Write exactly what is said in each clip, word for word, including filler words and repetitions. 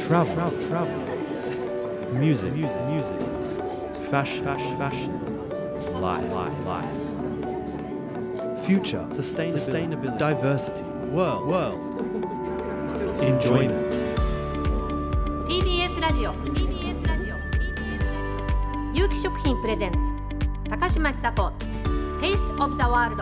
travel, travel, travel. Music, music, music. Fashion, fashion, fashion. Life, life, life. Future, sustainability, sustainability. Diversity, world, world. Enjoyment. ティービーエス ラジオ ティービーエス ラジオ有機食品プレゼンツ高嶋ちさ子 Taste of the World。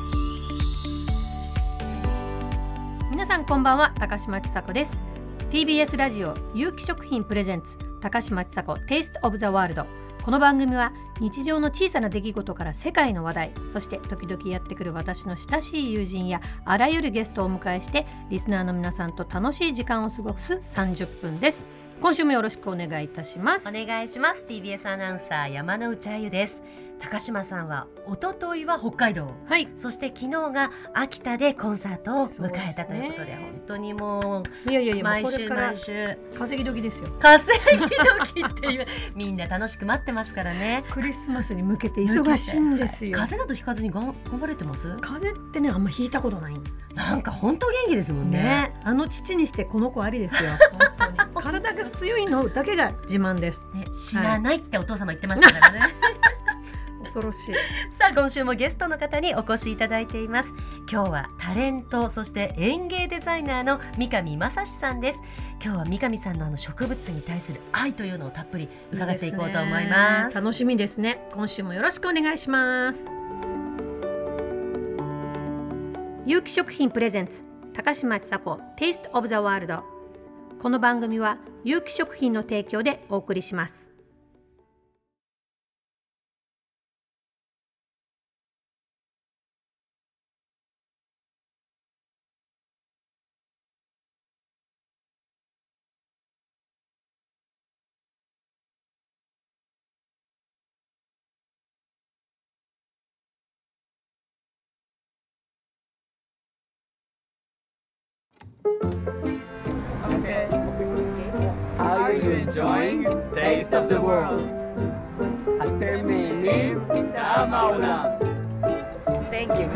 皆さんこんばんは、高嶋ちさ子です。 ティービーエス ラジオ有機食品プレゼンツ高嶋ちさ子 Taste of the World。 この番組は日常の小さな出来事から世界の話題、そして時々やってくる私の親しい友人やあらゆるゲストをお迎えしてリスナーの皆さんと楽しい時間を過ごすさんじゅっぷんです。今週もよろしくお願いいたします。 お願いします。 ティービーエス アナウンサー山内あゆです。高嶋さんは一昨日は北海道、 はい、 そして昨日が秋田でコンサートを迎えたということで、本当にもういやいやいや毎週毎週稼ぎ時ですよ。 稼ぎ時っていうみんな楽しく待ってますからね。 クリスマスに向けて忙しいんですよ。 風邪などひかずにがん頑張れてます？ 風邪ってね、あんまひいたことないんなんか本当元気ですもんね。 ね、あの父にしてこの子ありですよ本当に体が強いのだけが自慢です、 ね、死なないってお父様言ってましたからね、はい恐ろしい。 さあ今週もゲストの方にお越しいただいています。今日はタレント、そして園芸デザイナーの三上正史さんです。今日は三上さんのあの植物に対する愛というのをたっぷり伺っていこうと思います。 いいですね、楽しみですね。今週もよろしくお願いします。有機食品プレゼンツ高嶋ちさ子 Taste of the World。 この番組は有機食品の提供でお送りします。 Are you enjoying Taste of the World? אתם נהנים טעם העולם. Thank you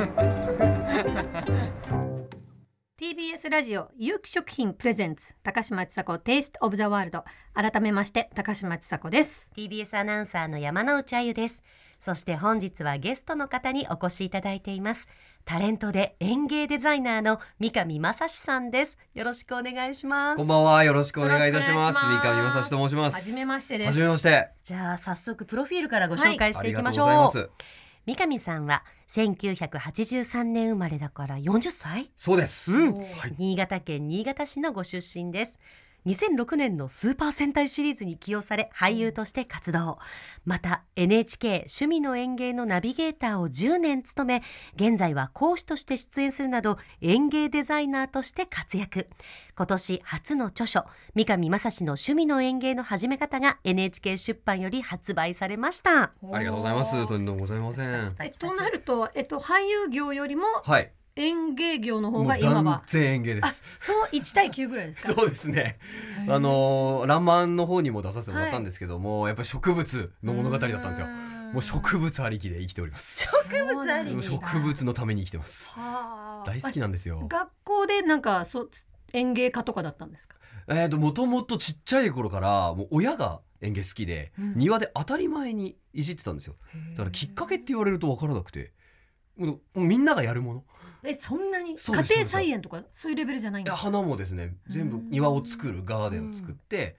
ティービーエス ラジオ有機食品プレゼンツ高嶋ちさ子 Taste of the World。 改めまして高嶋ちさ子です。 ティービーエス アナウンサーの山内あゆです。そして本日はゲストの方にお越しいただいています。タレントで園芸デザイナーの三上正史さんです。よろしくお願いします。 こんばんは、よろしくお願いいたします。三上正史と申します。 はじめましてです。 はじめまして。 じゃあ早速プロフィールからご紹介していきましょう、 はい、ありがとうございます。 三上さんはせんきゅうひゃくはちじゅうさんねん生まれだからよんじゅっさい。 そうです、 うんはい、 新潟県新潟市のご出身です。にせんろくねんのスーパー戦隊シリーズに起用され俳優として活動、また エヌエイチケー 趣味の園芸のナビゲーターをじゅうねん務め、現在は講師として出演するなど園芸デザイナーとして活躍。今年初の著書三上正史の趣味の園芸の始め方が エヌエイチケー 出版より発売されました。 ありがとうございます。とんでもございません。 えとなると、えっと、俳優業よりもはい園芸業の方がもう今は断然園芸です。 そういちたいきゅうぐらいですか？ そうですね。あのー、らんまんの方にも出させてもらったんですけども、はい、やっぱり植物の物語だったんですよ。もう植物ありきで生きております。 植物ありき。 植物のために生きてます。大好きなんですよ。 学校でなんかそ園芸科とかだったんですか？ えーともともとちっちゃい頃からもう親が園芸好きで、うん、庭で当たり前にいじってたんですよ。だからきっかけって言われると分からなくて、もうもうみんながやるもの。 えそんなに家庭菜園とかそういうレベルじゃないんですか？ 花もですね、全部庭を作るガーデンを作って、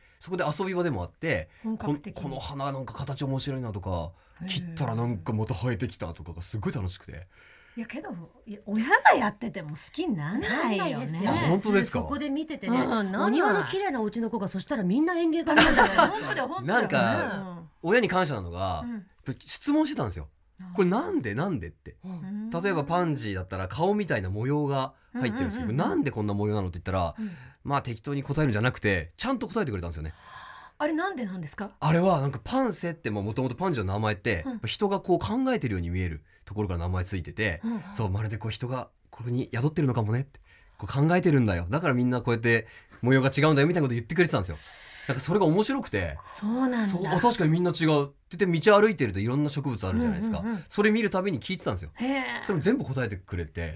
そこで遊び場でもあって、こ, この花なんか形面白いなとか、切ったらなんかまた生えてきたとかがすごい楽しくて。 いやけど親がやってても好きにならないよね。 あ本当ですか？ そこで見ててね、 うん、 お庭の綺麗なお家の子がそしたらみんな園芸家なんだよ本当だよ本当だよ。 なんか、うん、親に感謝なのが、うん、質問してたんですよ。これなんでなんでって、うん、例えばパンジーだったら顔みたいな模様が入ってるんですけど、うんうんうん、なんでこんな模様なのって言ったら、うん、まあ適当に答えるんじゃなくてちゃんと答えてくれたんですよね。 あれなんでなんですか？ あれはなんかパンセってもともとパンジーの名前って、うん、人がこう考えてるように見えるところから名前ついてて、うん、そうまるでこう人がここに宿ってるのかもねってこう考えてるんだよ、だからみんなこうやって模様が違うんだよみたいなこと言ってくれてたんですよ。だからそれが面白くて、 そうなんだ、 そうあ確かにみんな違うって言って道歩いてるといろんな植物あるじゃないですか、うんうんうん、それ見るたびに聞いてたんですよ。それも全部答えてくれて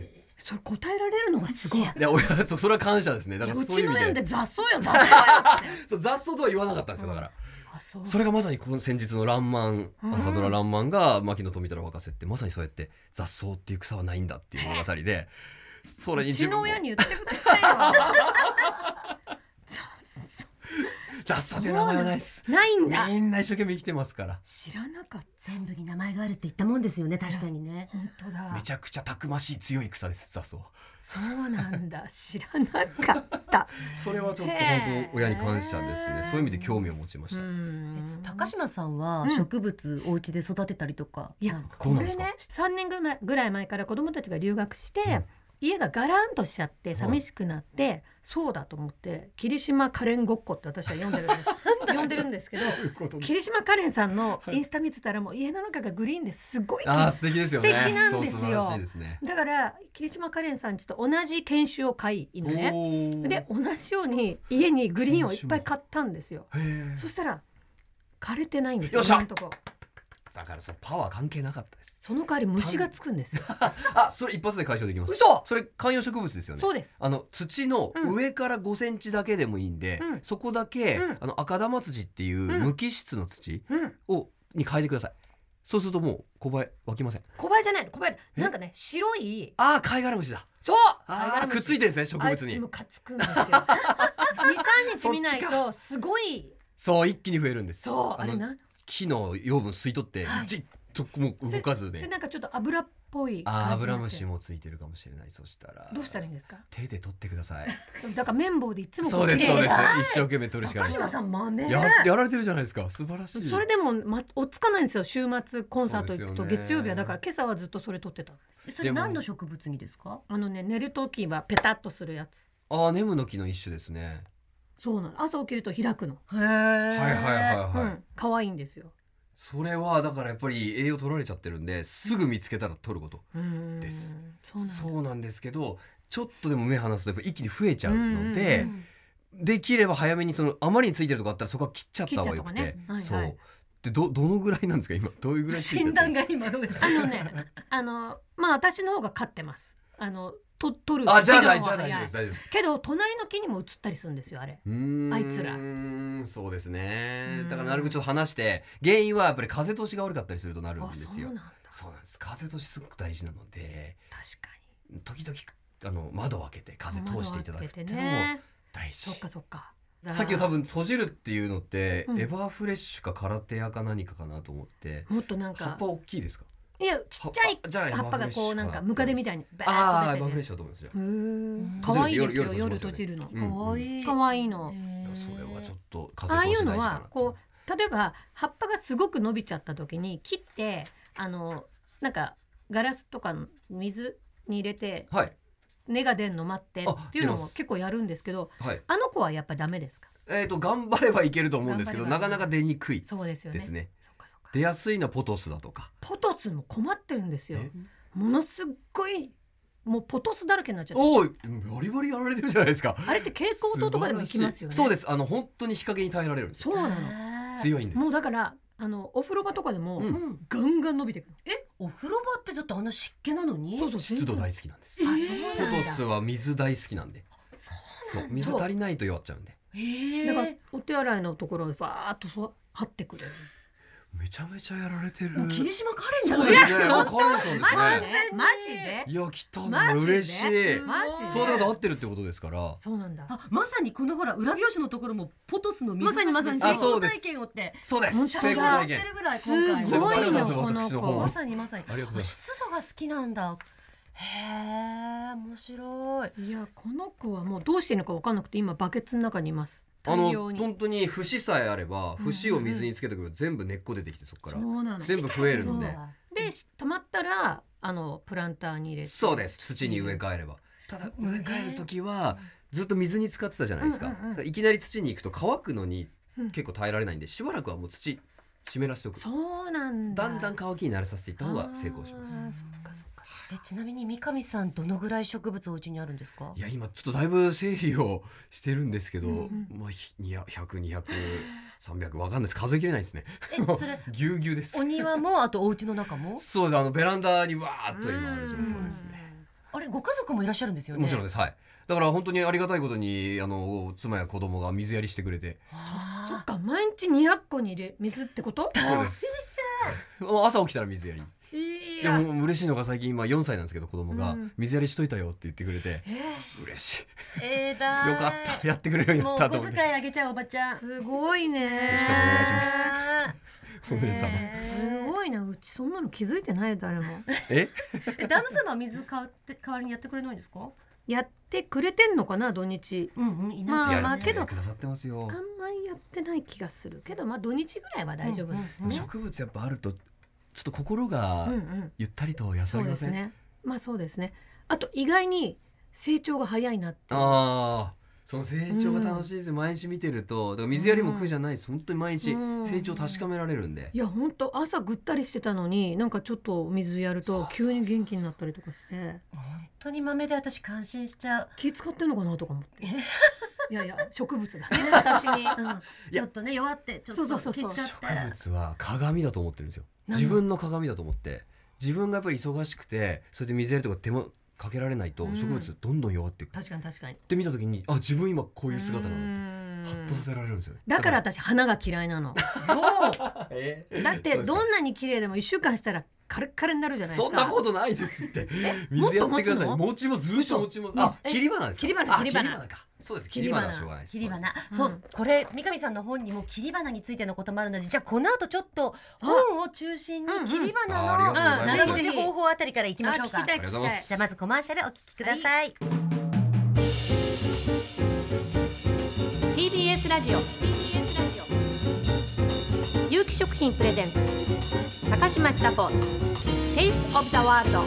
それ答えられるのがすごい。いいや俺はそそれは感謝ですね。だからうそういう意味でちの園で雑草よ雑草よってそう雑草とは言わなかったんですよ。だから、 あそうそれがまさにこの先日のらんまん、朝ドラらんまんが牧野富太郎博士ってまさにそうやって雑草っていう草はないんだっていう物語で、それにうちの自分も親に言ってくださいよ雑草っていう名前はないです。 ないんだ。 みんな一生懸命生きてますから。 知らなかった。 全部に名前があるって言ったもんですよね。確かにね。 本当だ。 めちゃくちゃたくましい強い草です雑草。 そうなんだ。知らなかった。 それはちょっとへー本当親に感謝ですね。そういう意味で興味を持ちました。 うん高島さんは植物お家で育てたりとか、 いやなんかこうなんですかこれねさんねんぐらい前から子供たちが留学して、家がガランとしちゃって寂しくなって、そうだと思って霧島カレンごっこって私は読んでるんです読んでるんですけど、霧島カレンさんのインスタ見てたらもう家の中がグリーンですごいあー素敵ですよね。 素敵なんですよそう素晴らしいですね。 だから霧島カレンさんちと同じ犬種を飼い犬ねおーで同じように家にグリーンをいっぱい買ったんですよ。 へーそしたら枯れてないんですよ。 よっしゃ今のとこだからそのパワー関係なかったです。 その代わり虫がつくんですよ。 あ、それ一発で解消できます。 嘘それ観葉植物ですよね。 そうです。 あの土の上からごセンチだけでもいいんで、 うんそこだけ、 うんあの赤玉土っていううん無機質の土うん。 をに変えてください。そうするともう小林湧きません。 小林じゃないの小林えなんかね白いああ貝殻虫だ。 そうああくっついてるんですね植あい物に。 つムカつくんですよ。にさんにち見ないとすごいそう一気に増えるんです。のそうあれな木の養分吸い取って、 はいじっともう動かずね。 それなんかちょっと油っぽいあー感じになって油虫もついてるかもしれない。そしたらどうしたらいいんですか。 手で取ってください。 だから綿棒でいつもこそうですそうです。 偉い一生懸命取るしかないです。 高島さん豆ややられてるじゃないですか。素晴らしい。 それでも、ま、追っつかないんですよ。週末コンサート行くとそうですよね月曜日はだから今朝はずっとそれ撮ってた。 それ何の植物にですか？ あのね寝る時はペタッとするやつ。 ああネムの木の一種ですね。 そうなの。朝起きると開くの。 へー。 はいはいはいはい。 うん可愛いんですよ。 それはだからやっぱり栄養取られちゃってるんですぐ見つけたら取ることうーんです。 そうなんだ。 そうなんですけどちょっとでも目離すとやっぱ一気に増えちゃうので、 うんうんできれば早めにそのあまりについてるとこあったらそこは切っちゃった方がよくて、 切っちゃった方がねはいはいそうで ど, どのぐらいなんですか今どういうぐらいついてる診断が今のあのねあのまあ私の方が飼ってます。あのと取るあじゃあスピード大じゃあ大丈夫の方が早いです大丈夫です。 けど隣の木にも移ったりするんですよあれ。 うーんあいつらそうですねうんだからなるべくちょっと話して原因はやっぱり風通しが悪かったりするとなるんあですよ。 そうなんだ。 そうなんです風通しすごく大事なので確かに時々あの窓を開けて風通していただくっていうのもね。 大事。 そっかそっか。 さっきの多分閉じるっていうのって、 うんエバーフレッシュかカラテアか何かかなと思ってもっとなんか葉っぱ大きいですか。 いやちっちゃい葉っぱじゃあエバー葉っぱがこうなんかムカデみたいにバああエーッと出てて。 バーフレッシュだと思いますよ。 へー閉可愛じるんですよいですよ夜夜閉じるの。 うんかわいい。 可愛いの。 それはちょっと風ああ通いうのはし大事かなとこう例えば葉っぱがすごく伸びちゃった時に切ってあのなんかガラスとかの水に入れてはい根が出んの待ってあっていうのも出ます結構やるんですけどはいあの子はやっぱダメですか。 えー、と頑張ればいけると思うんですけど頑張ればなかなか出にくいそうですよね。 ですね。 そっかそっか。 出やすいのはポトスだとかポトスも困ってるんですよえ。 ものすっごいもうポトスだらけになっちゃっておおバリバリやられてるじゃないですか。 あれって蛍光灯とかでも行きますよね。 そうですあの本当に日陰に耐えられるんですよ。 そうなの。 強いんです。 もうだからあのお風呂場とかでも、 うんガンガン伸びてくる。 え、お風呂場ってだってあんな湿気なのに？ そうそう湿度大好きなんです。 あそうなんだポトスは水大好きなんでそう水足りないと弱っちゃうんでへだからえ。 お手洗いのところでバーッとそう張ってくれる。 めちゃめちゃやられてる。 もう霧島カレンじゃそうないですねあカレンさんですマジね。 でマジでいや来たマジでな嬉しい。 マジでそうだと合ってるってことですから。 そうなんだ。 あ、まさにこのほら裏表紙のところもポトスの水まさにまさに成功あそうです体験をってそうです本当だ成功体験やってるぐらい今回すごいのありがとうございますこの私の方子もまさにまさにありがとうございます湿度が好きなんだ。へえ、面白い。 いやこの子はもうどうしていいのか分かんなくて今バケツの中にいます。 あ大量に。 の本当に節さえあれば節を水につけておけば全部根っこ出てきてそこからそうなの。 全部増えるのででし止まったらあのプランターに入れて。 そうです土に植え替えればただ植え替える時はずっと水に浸かってたじゃないですか,、 うんうんうんいきなり土に行くと乾くのにうん結構耐えられないんでしばらくはもう土湿らせておくそうなんだ。 だんだん乾きに慣れさせていった方が成功します。 あーそっかそっか。 え、ちなみに三上さんどのぐらい植物お家にあるんですか？ いや今ちょっとだいぶ整理をしてるんですけど、 うんまあひひゃく、にひゃく、さんびゃくわかんないです数えきれないですね。 え、それぎゅうぎゅうですお庭もあとお家の中も？ そうですあのベランダにわーっと今ある状況ですね。 あれご家族もいらっしゃるんですよね。 もちろんです、はい。だから本当にありがたいことにあの妻や子供が水やりしてくれて。 あそっか、毎日にひゃっこに入れ水ってこと？ そうです。もう朝起きたら水やり。 いや、 でも嬉しいのが最近今よんさいなんですけど子供が、 うん、 水やりしといたよって言ってくれて、 えー、嬉しい。 えーだよかった、やってくれるようになったと思って。 もうお小遣いあげちゃうおばちゃん。 すごいね。 ぜひともお願いします。お姉様、 すごいな。うちそんなの気づいてないよ誰も。 え旦那様は水買って代わりにやってくれないんですか？ やってくれてんのかな土日。 うんうん、いないまあいやまあけどくださってますよ。 あんまりやってない気がするけど、まあ土日ぐらいは大丈夫、 うんうんうんね、 植物やっぱあるとちょっと心がうんうん、 ゆったりと安らぎません？ そうですね。まあそうですね。あと意外に成長が早いなって。 ああ、その成長が楽しいです、うん、毎日見てると。だから水やりも苦じゃないです、うん、本当に毎日成長確かめられるんで、 いや本当朝ぐったりしてたのになんかちょっと水やると急に元気になったりとかして、 本当に豆で私感心しちゃう。 気使ってんのかなとか思っていやいや植物だね私に、うん、 ちょっとね弱ってちょっと気使って。 植物は鏡だと思ってるんですよ。自分の鏡だと思って、自分がやっぱり忙しくてそれで水やりとか手間かけられないと植物どんどん弱っていく、うん、 確かに確かにって見た時に、あ、自分今こういう姿なのってハッとさせられるんですよね。 だから私花が嫌いなのえだってどんなに綺麗でもいっしゅうかんしたらカルカルになるじゃないですか。 そんなことないですって水やってください。もちもずっともちも。あ、切り花ですか？ 切り花、切り花か。そうです、切り花はしょうがないです。 切り花、 うん、 そう、これ三上さんの本にも切り花についてのこともあるので、じゃあこの後ちょっと本を中心に切り花の長持ち方法あたりからいきましょうか。 あ、聞きたい聞きたい。 じゃあまずコマーシャルお聞きください。はい、 ティービーエス ラジオ有機食品プレゼンツ高嶋ちさ子 Taste of the World。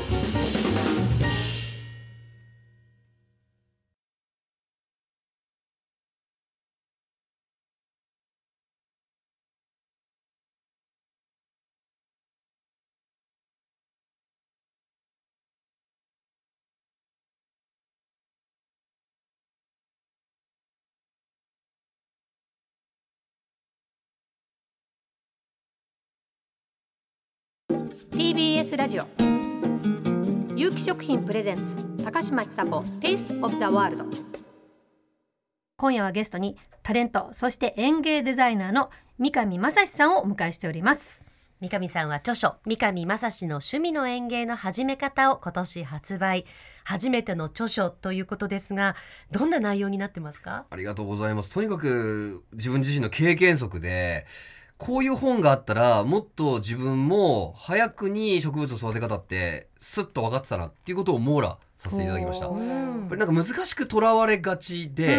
ティービーエス ラジオ有機食品プレゼンツ高嶋ちさ子 Taste of the World。 今夜はゲストにタレントそして園芸デザイナーの三上正史さんをお迎えしております。 三上さんは著書三上正史の趣味の園芸の始め方を今年発売。初めての著書ということですが、どんな内容になってますか？ ありがとうございます。とにかく自分自身の経験則で、こういう本があったらもっと自分も早くに植物の育て方ってスッと分かってたなっていうことを網羅させていただきました。やっぱりなんか難しくとらわれがちで、うん、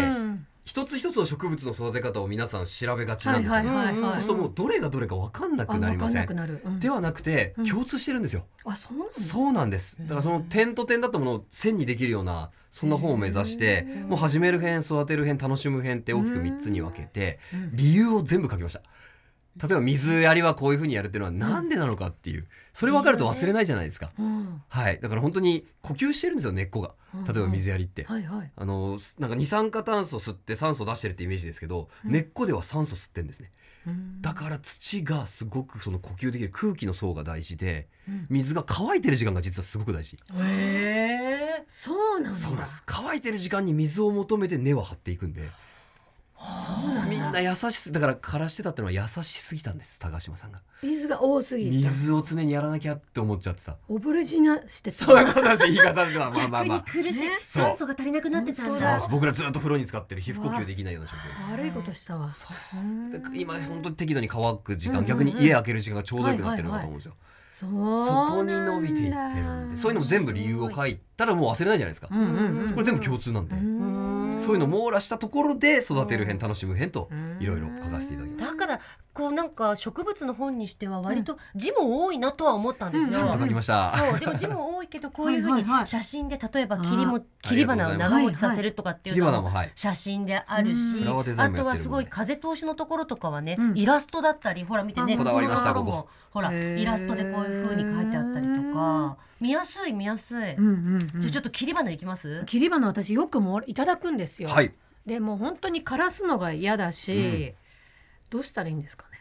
一つ一つの植物の育て方を皆さん調べがちなんですよね。そうするともうどれがどれか分かんなくなりません。うん、ではなくて共通してるんですよ。 うん、あ、そうなんです。 そうなんです。だからその点と点だったものを線にできるようなそんな本を目指して、もう始める編、育てる編、楽しむ編って大きくみっつに分けて理由を全部書きました。例えば水やりはこういう風にやるっていうのはなんでなのかっていう、それ分かると忘れないじゃないですか、うん、はい。だから本当に呼吸してるんですよ、根っこが。例えば水やりって、はいはい、あのなんか二酸化炭素吸って酸素出してるってイメージですけど、うん、根っこでは酸素吸ってるんですね、うん、だから土がすごくその呼吸できる空気の層が大事で、うん、水が乾いてる時間が実はすごく大事。 へー、そうなんだ。 そうなんです。乾いてる時間に水を求めて根は張っていくんで、そうなんだ。みんな優しすだから枯らしてたってのは優しすぎたんです。高島さんが水が多すぎた。 水を常にやらなきゃって思っちゃってた。 オブレジナしてた。 そういうことです。言い方ではまあまあまあ逆に苦しい、ね、酸素が足りなくなってたんだ。 そう、僕らずっと風呂に使ってる皮膚呼吸できないような状況です。 悪いことしたわ。 そう今本当に適度に乾く時間、うんうんうん、逆に家開ける時間がちょうどよくなってるのかと思うんですよ、はいはいはい、そ, そこに伸びていってるんで、そういうのも全部理由を書いたらもう忘れないじゃないですか、うんうんうん、これ全部共通なんで、うん、そういうのを網羅したところで育てる編、楽しむ編といろいろ書かせていただきました。 だからこうなんか植物の本にしては割と字も多いなとは思ったんですよ、うん、 ちゃんと書きました。 そうでも字も多いけどこういうふうに写真で例えば切りも切り花を長持ちさせるとかっていうのも写真であるし、あとはすごい風通しのところとかはね、うん、イラストだったりほら見てね、 こだわりましたここ。 ほらイラストでこういうふうに書いてあったりとか見やすい見やすい、うんうんうん、じゃあちょっと切り花いきます。 切り花私よくもいただくんですよ、 はい、 でも本当に枯らすのが嫌だし、うん、どうしたらいいんですかね。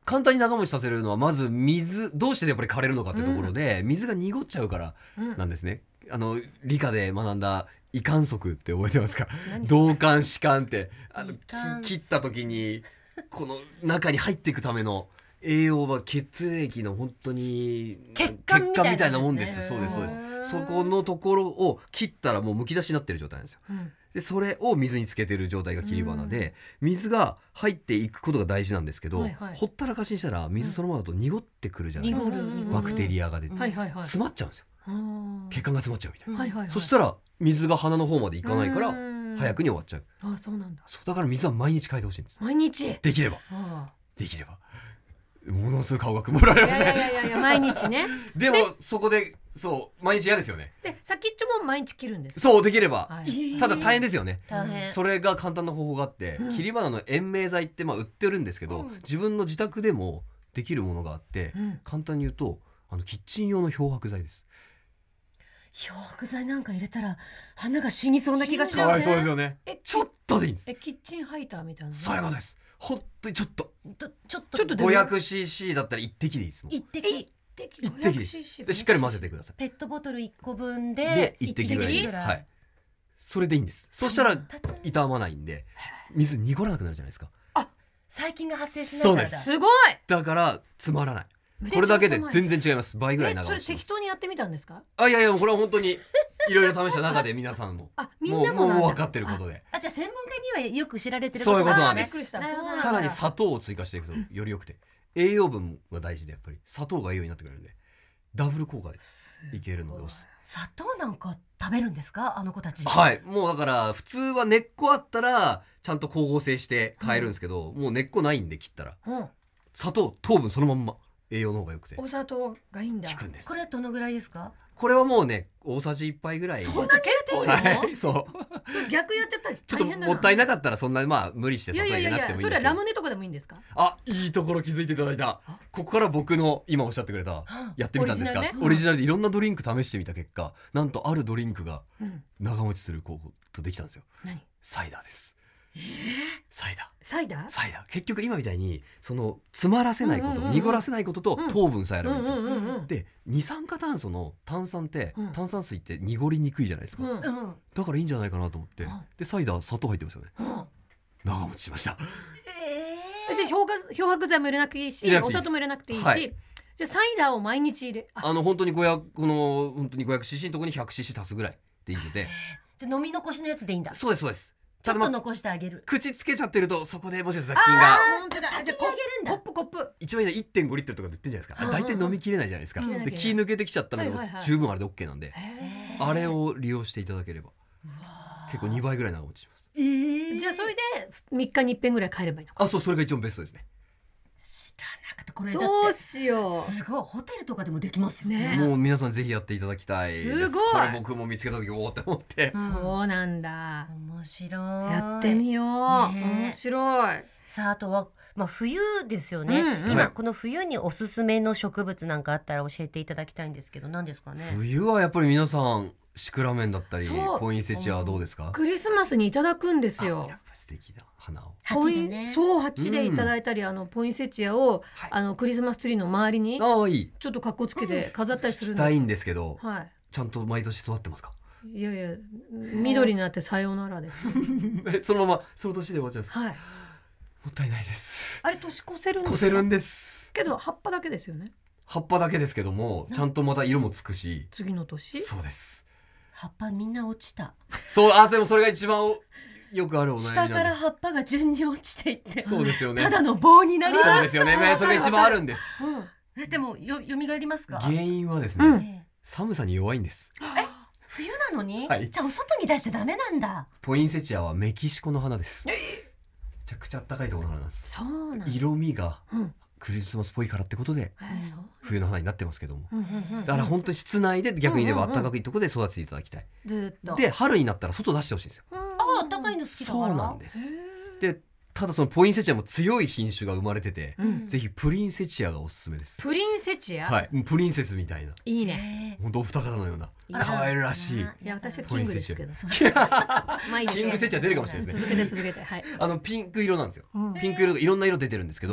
簡単に長持ちさせるのはまず水どうしてやっぱり枯れるのかっていうところで、うん、水が濁っちゃうからなんですね、うん、あの理科で学んだ異管束って覚えてますか？導管弛管ってあの切った時にこの中に入っていくための栄養は血液の本当に血管みたいな、ね、 みたいなもんです。そうですそうです。そこのところを切ったらもうむき出しになってる状態なんですよ、うん、でそれを水につけてる状態が切り花で、うん、水が入っていくことが大事なんですけど、はいはい、ほったらかしにしたら水そのままだと濁ってくるじゃないですか、うん、バクテリアが出て、うん、詰まっちゃうんですよ、血管が詰まっちゃうみたいな、はいはいはい、そしたら水が鼻の方までいかないから早くに終わっちゃう。 あ、そうなんだ。 そうだから水は毎日変えてほしいんです。 毎日できればできればものすごい顔が曇られました。 いやいやいや毎日ねでもそこでそう毎日嫌ですよね。 で先っちょも毎日切るんですか？ そうできれば、はい、ただ大変ですよね。 大変。 それが簡単な方法があって、うん、切り花の延命剤ってまあ売ってるんですけど、うん、自分の自宅でもできるものがあって、うん、簡単に言うとあのキッチン用の漂白剤です。 漂白剤なんか入れたら花が死にそうな気がしますね。 かわいそうですよね。えちょっとでいいんです。 えキッチンハイターみたいな。 そういうことです。ほんとにちょっとちょっとごひゃくシーシー だったら一滴でいいですもん。 一滴一滴一滴です。でしっかり混ぜてください。 ペットボトルいっこぶんでで一滴ぐらいです。はい。それでいいんです。そしたら傷まないんで水濁らなくなるじゃないですか。 あ、細菌が発生しないからだ。 そうです。すごい。 だから詰まらない。これだけで全然違います。倍ぐらい長持ちします。 それ適当にやってみたんですか？ あ、いやいやこれは本当にいろいろ試した中で皆さんもあみんなももうもう分かってることで。 あ、じゃあ専門家にはよく知られてるそういうことなんです。 さらに砂糖を追加していくとより良くて栄養分が大事でやっぱり砂糖が栄養になってくれるんでダブル効果ですいけるのでおすすめ。 砂糖なんか食べるんですかあの子たち？ はい、もうだから普通は根っこあったらちゃんと光合成して変えるんですけど、うん、もう根っこないんで切ったら、うん、砂糖糖分そのまんま栄養の方が良くてお砂糖がいいんだ。 効くんです。 これはどのぐらいですか？ これはもうね大さじいっぱいぐらい。 そんな結構よ、 はい、そうそれ逆やっちゃったらちょっともったいなかったらそんなまあ無理して砂糖入れなくてもいいんですよ。 いやいやいやそれはラムネとかでもいいんですか？ あ、いいところ気づいていただいた。ここから僕の今おっしゃってくれたやってみたんですか？オリジナルね、オリジナルでいろんなドリンク試してみた結果なんとあるドリンクが長持ちすることできたんですよ。 何？ サイダーです。えー、サイダーサイダーサイダー結局今みたいにその詰まらせないこと、うんうんうん、濁らせないことと糖分さえあるんですよ、うんうんうんうん、で二酸化炭素の炭酸って、うん、炭酸水って濁りにくいじゃないですか、うん、だからいいんじゃないかなと思って、うん、でサイダー砂糖入ってますよね、うん、長持ちしました。 えー、漂白、漂白剤も入れなくていいしお砂糖も入れなくていいし、はい、じゃあサイダーを毎日入れ あ, あの本当にごひゃくこの本当に ごひゃくシーシー のところに ひゃくシーシー 足すぐらいでいいので、 じゃあ飲み残しのやつでいいんだ。 そうですそうです。 ちょっと残してあげる。 口つけちゃってるとそこでもしかしたら雑菌が本当だ先にあげるんだ。コップコップ一番いい いってんごリットルとかで売ってるじゃないですか、うんうん、大体飲みきれないじゃないですか、うん、で気抜けてきちゃったら十分あれで OK なんで、あれを利用していただければ結構にばいぐらい長持ちします、 えー、じゃあそれでみっかにいっぺんぐらい買えればいいのか。 あ、そう、それが一番ベストですね。 知らなかった。これだってどうしよう、 すごいホテルとかでもできますよね。 もう皆さんぜひやっていただきたいです。 すごい。 これ僕も見つけた時おおって思って、 うん、そうなんだ。 面白い。 やってみよう、ね、面白い。 さああとは、まあ、冬ですよね、うんうん、今この冬におすすめの植物なんかあったら教えていただきたいんですけど何ですかね。 冬はやっぱり皆さんシクラメンだったりポインセチアはどうですか？ クリスマスにいただくんですよ。 やっぱ素敵な花をポイン、ね、そう鉢でいただいたり、うん、あのポインセチアを、はい、あのクリスマスツリーの周りにあいいちょっとかっこつけて飾ったりするんです。 したいんですけど、 はい、 ちゃんと毎年育ってますか？ いやいや緑になってさよならですそのままその年で終わっちゃうんですか？ はい、 もったいないです。 あれ年越せるんですか？ 越せるんですけど葉っぱだけですよね。 葉っぱだけですけどもちゃんとまた色もつくし次の年。 そうです。 葉っぱみんな落ちた。 そう、あ、でもそれが一番よくあるお悩みなんです。 下から葉っぱが順に落ちていってそうですよね。 ただの棒になります。 そうですよね。それが一番あるんです、 うん、でもよ蘇りますか？ 原因はですね、うん、寒さに弱いんです。 え、冬なのに、 はい、 じゃあお外に出しちゃダメなんだ。 ポインセチアはメキシコの花です。めちゃくちゃ暖かいところの花なんです。 そうなんだ。 色味がクリスマスっぽいからってことで、うん、冬の花になってますけども、うんうんうんうん、だから本当に室内で逆に言えば暖かいところで育てていただきたい、うんうんうん、ずっとで春になったら外出してほしいんですよ。 ああ、暖かいの好きだから。 そうなんです。でただそのポインセチアも強い品種が生まれてて、うん、ぜひプリンセチアがおすすめです。 プリンセチア、 はい、プリンセスみたいな。 いいね。 本当お二方のような可愛らしい。いや私はキングですけどキングセチア出るかもしれないですね。 続けて続けて、はい、 あのピンク色なんですよ、うん、ピンク色がいろんな色出てるんですけど、うん、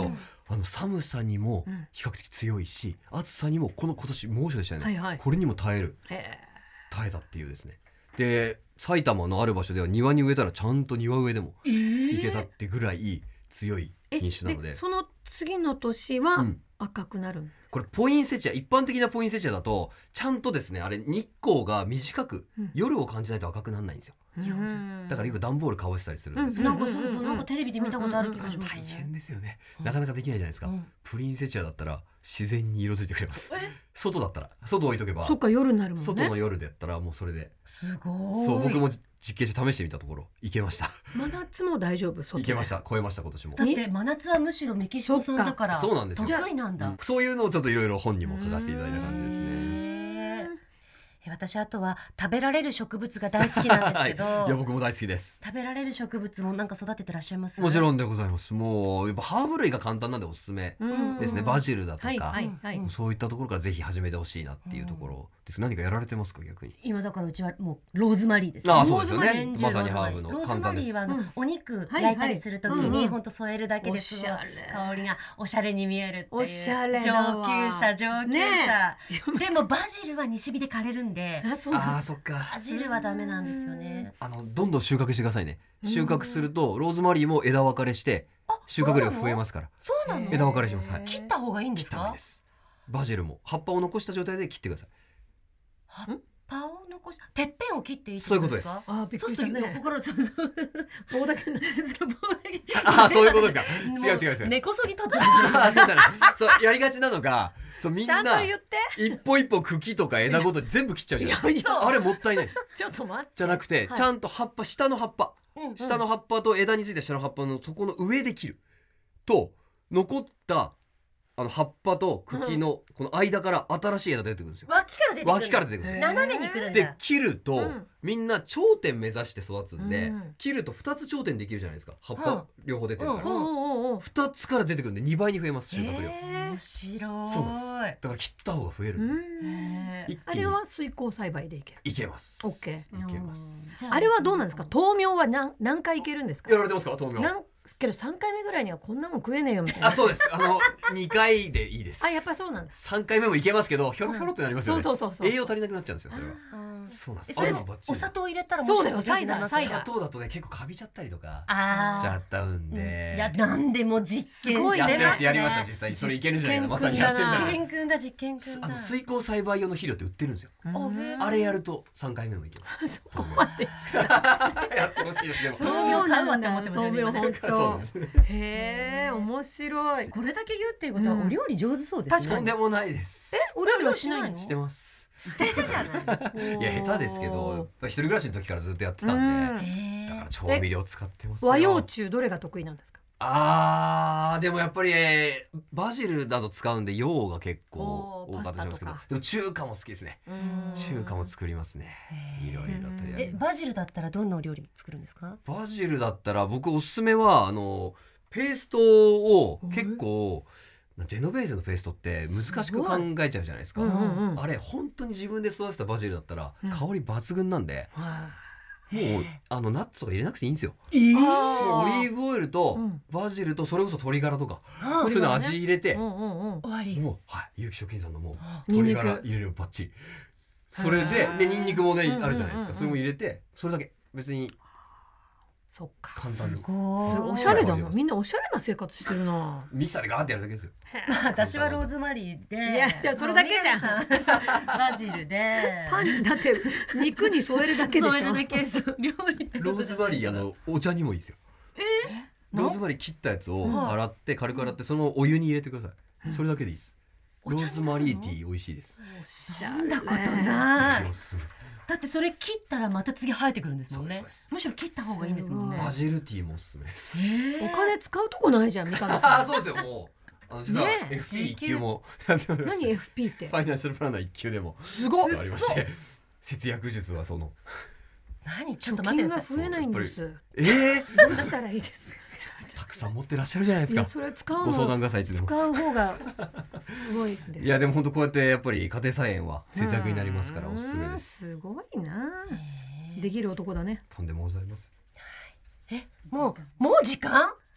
あの寒さにも比較的強いし、暑さにもこの今年猛暑でしたよね、 はいはいこれにも耐えるへ耐えたっていうですね。で埼玉のある場所では庭に植えたらちゃんと庭植えでもいけたってぐらい強いえ品種なので、 でその次の年はうん赤くなる、 これポインセチア、一般的なポインセチアだとちゃんとですね、あれ日光が短く、 うん夜を感じないと赤くならないんですよ。 うんだからよく段ボールかぶせたりするんですけど、 なんかそうそう、なんかテレビで見たことある気がします大ね。 変ですよね、なかなかできないじゃないですか、 うんプリンセチアだったら自然に色づいてくれます。外だったら外置いとけば、 そっか夜になるもんね。 外の夜でやったらもうそれで、 すごい。 そう僕も実験して試してみたところいけました真夏も大丈夫。外いけました、超えました今年も。 だって真夏はむしろメキシコ産だからそうなんですよ得意なんだ。 うんそういうのをちょっといろいろ本にも書かせていただいた感じですね。 へーえ私あとは食べられる植物が大好きなんですけど、 はい、いや僕も大好きです。 食べられる植物もなんか育ててらっしゃいます？ もちろんでございます。もうやっぱハーブ類が簡単なんでおすすめうんですね。バジルだとか、 はいはいはい。 そういったところからぜひ始めてほしいなっていうところです。何かやられてますか逆に？ 今だからうちはもうローズマリーですね。 ああそうですよね年中まさにハーブのローズ簡単ですマリーはあの、 うんお肉はい焼いたりするときはいうんうんに本当添えるだけですごいおしゃれ香りがおしゃれに見えるっていうおしゃれだわ上級者上級者、 ねでもバジルは西日で枯れるんであそうなんだああそっか。 バジルはダメなんですよね。 あのどんどん収穫してくださいね。収穫するとローズマリーも枝分かれして収穫量増えますからそうなの？ 枝分かれします。はい。 切った方がいいんですか切った方がいいで？す。バジルも葉っぱを残した状態で切ってください。 葉っぱを残し、てっぺんを切っていいってことですか？ そういうあびっくりしたねそうすると横からそうそう棒だけになって棒だけああそういうことですか。 も違う違う違う。 根こそぎ取ってますあそうじゃない。そうやりがちなのが、そうみんちゃんとな言って。 一歩一歩茎とか枝ごとに全部切っちゃうじゃないですか。あれもったいないです。 ちょっと待って。 じゃなくて、 はいちゃんと葉っぱ下の葉っぱ、 うん下の葉っぱと枝についた下の葉っぱのそこの上で切ると残ったあの葉っぱと茎のこの間から新しい枝出てくるんですよ。 脇から出てくる。 脇から出てくるんですよ。 斜めに来るんでだ。 切ると、 うんみんな頂点目指して育つんで、 うん切るとふたつ頂点できるじゃないですか。葉っうんぱ両方出てるから、 うんおうおうおう。 ふたつから出てくるんでにばいに増えます収穫量。 面白い。 そうなんです。だから切った方が増えるんで、 うんへー一気にあれは水耕栽培でいける。 いけます。 オッケー。 いけます。 じゃあれはどうなんですか。豆苗は何何回いけるんですかや。られてますか豆苗？ なんけど三回目ぐらいにはこんなもん食えねえよみたいな。 あそうです。あのにかいでいいです。 あやっぱそうなんです。 さんかいめもいけますけどひょろひょろってなりますよね。 そうそうそうそう。 栄養足りなくなっちゃうんですよそれは。 うんそうなんです。 えそれあれはバッチリお砂糖入れたらそうだよもしかしたら元気になりますサイダー砂糖だとね結構カビちゃったりとかあーしちゃったんで。 いやなんでも実験すごいねやってますやりましたね実際にそれいけるんじゃないかなまさに実験やってみたら。 実験くんだ実験くんだ。 あの水耕栽培用の肥料って売ってるんですよ。 あへーあれやるとさんかいめもいけます。 そこまで。 やってほしいですね。 豆苗買うわって思ってますよね豆苗本そう当で。すね。 へえ面白い。 これだけ言うっていうことはうんお料理上手そうですね。 とんでもないです。 お料理はしないの？ してます。 してるじゃない。 いや下手ですけどやっぱ一人暮らしの時からずっとやってたんで、 へーだから調味料使ってますよ。 和洋中どれが得意なんですか。 あーでもやっぱり、えーバジルなど使うんで洋が結構おー多かったりしますけどパスタとかでも中華も好きですね。中華も作りますね。いろいろとやえる。 バジルだったらどんなお料理作るんですか？ バジルだったら僕おすすめはあのペーストを結構ジェノベーゼのペーストって難しく考えちゃうじゃないですか。 うんうんうん。 あれ本当に自分で育てたバジルだったらうん香り抜群なんで、 はもうあのナッツとか入れなくていいんですよ。 い。 もうあオリーブオイルとうんバジルとそれこそ鶏ガラとか、 あそういうの味入れて、 うんうんうん。 終わり。 もうはい有機食品さんのもうニンニク鶏ガラ入れるバッチリ。それでへーでニンニクもねうんうんうんうんあるじゃないですか。それも入れてそれだけ別にそっか。 簡単にすごい。 おしゃれだな。 はいみんなおしゃれな生活してるな。 ミキサーでガーってやるだけですよ。 私はローズマリーで、 いやいやそれだけじゃんもうメガネさんバジルで、 パンにだって肉に添えるだけでしょ。 添えるだけそう料理ってローズマリーあのお茶にもいいですよ。ローズマリー切ったやつをはい洗って軽く洗ってそのお湯に入れてください。それだけでいいです。ロお茶にーズマリーティー美味しいです。 飲んだことぜないひお。すすめ。 だってそれ切ったらまた次生えてくるんですもんねそうですそうです。 むしろ切った方がいいんですもんね。 バジルティーもおすすめです。 えお金使うとこないじゃん三上あさあそうですよもうあの実はねえエフピー 一級もやっておりん。 まして何 エフピー ってフ。ァイナンシャルプランナー一級でもすごい。 ありまして節約術はその何ちょっと貯金待ってください。 が増えないんです。 ええどうしたらいいですか。 たくさん持ってらっしゃるじゃないですか。 いやそれ使うご相談のくださいいつでも。 使う方がすごいんで。 いやでも本当こうやってやっぱり家庭菜園は節約になりますからおすすめです。 す。すごいな。できる男だね。 とんでもございません。 えもうもう時間？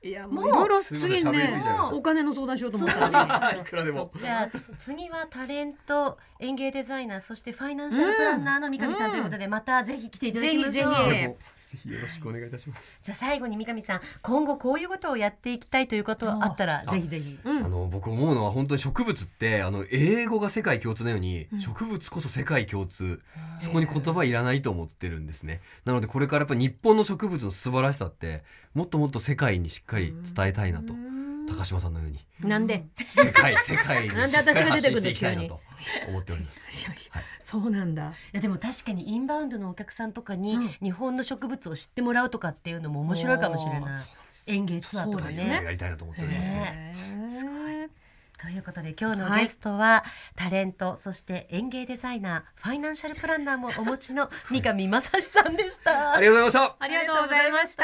いやもういろいろ次にすいません喋りねすぎちゃいましたお金の相談しようと思ったらねいくらでもじゃあ次はタレント、園芸デザイナー、そしてファイナンシャルプランナーの三上さんということで、またぜひ来ていただきましょう。 ぜひぜひでもぜひよろしくお願いいたします。 じゃあ最後に三上さん、今後こういうことをやっていきたいということあったらぜひぜひ。 あの僕思うのは本当に植物ってあの英語が世界共通のように、 うん植物こそ世界共通、そこに言葉いらないと思ってるんですね。なのでこれからやっぱ日本の植物の素晴らしさってもっともっと世界にしっかり伝えたいなと、高島さんのようになんで世界世界にしっかりなんで私が発信出てくるのしていきたいなと思っております。 いやいやはいそうなんだ。 いやでも確かにインバウンドのお客さんとかにうん日本の植物を知ってもらうとかっていうのも面白いかもしれない。園芸ツアーとかそうですね。 やりたいなと思っております。 ねすごい。 ということで今日のゲストは、タレント、そして園芸デザイナー、ファイナンシャルプランナーもお持ちの三上正史さんでしたありがとうございました。 ありがとうございました。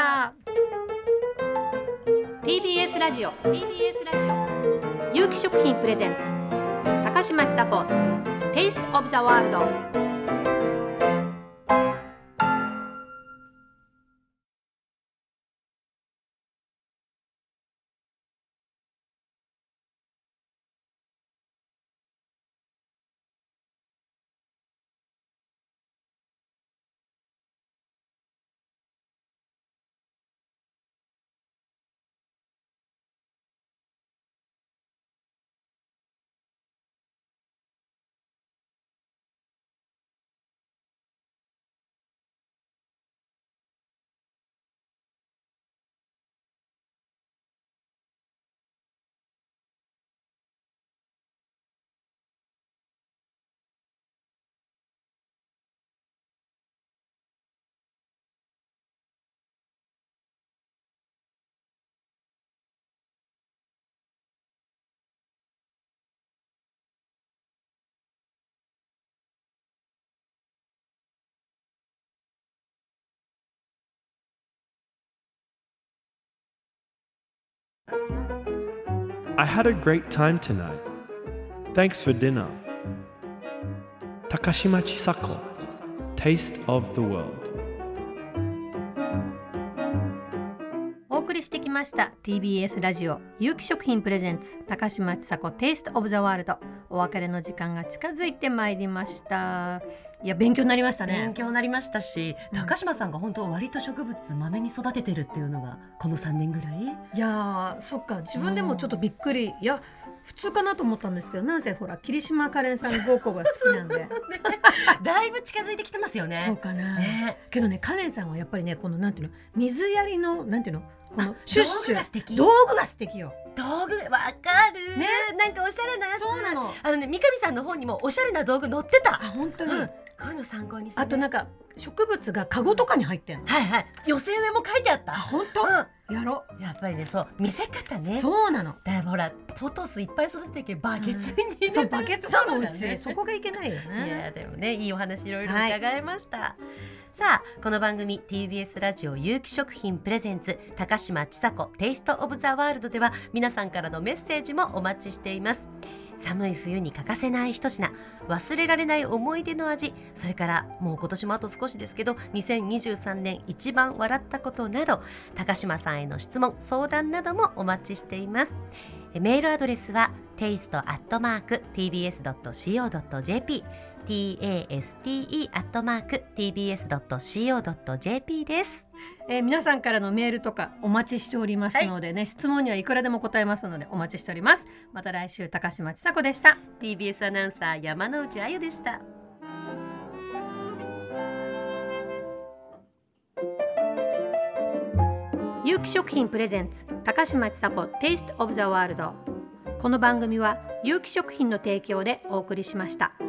ティービーエス ラジオ ティービーエス ラジオ有機食品プレゼンツ高嶋ちさ子 Taste of the World。 I had a great time tonight. Thanks for dinner. Takashima Chisako, Taste of the World. お送りしてきました ティービーエス ラジオ有機食品プレゼンツ高嶋ちさ子 Taste of the World。 お別れの時間が近づいてまいりました。いや勉強になりましたね。 勉強になりましたし、 うん高島さんが本当割と植物まめに育ててるっていうのがこのさんねんぐらい。 いやーそっか、自分でもちょっとびっくり。いや普通かなと思ったんですけど、なぜほら霧島カレンさんごこが好きなんでだいぶ近づいてきてますよね。 そうかな、 ね、 けどねカレンさんはやっぱりねこのなんていうの水やりのなんていうのこのあシュッシュ道具が素敵道具が素敵よ。 道具わかる、 ねなんかおしゃれなやつ。 そうなの。 あのね三上さんの本にもおしゃれな道具載ってた。 あ本当に、 うん、こういうの参考にして、ね、 あとなんか植物がカゴとかに入ってんの。 はいはい、寄せ植えも書いてあった。 あ本当、 うやろん、やっぱりね、そう見せ方ね。 そうなの。 だいぶほらポトスいっぱい育ててけバケツに入れてる、 そうバケツだもんうそうだねち。そこがいけないよいね。 やでもね、いいお話いろいろ伺いました、さあこの番組 ティービーエス ラジオ有機食品プレゼンツ高嶋ちさ子テイストオブザワールドでは皆さんからのメッセージもお待ちしています。寒い冬に欠かせない一品、忘れられない思い出の味、それからもう今年もあと少しですけどにせんにじゅうさんねん一番笑ったことなど、高嶋さんへの質問相談などもお待ちしています。メールアドレスは テイスト アットマーク ティービーエス ドット シーオー ドット ジェーピー ティー エー エス ティー イー アットマーク ティービーエス ドット シーオー ドット ジェーピー です。 えー皆さんからのメールとかお待ちしておりますのでね、質問にはいくらでも答えますのでお待ちしております。また来週高嶋ちさ子でした。 ティービーエス アナウンサー山内あゆでした。 有機食品プレゼンツ高嶋ちさ子 Taste of the World。 この番組は有機食品の提供でお送りしました。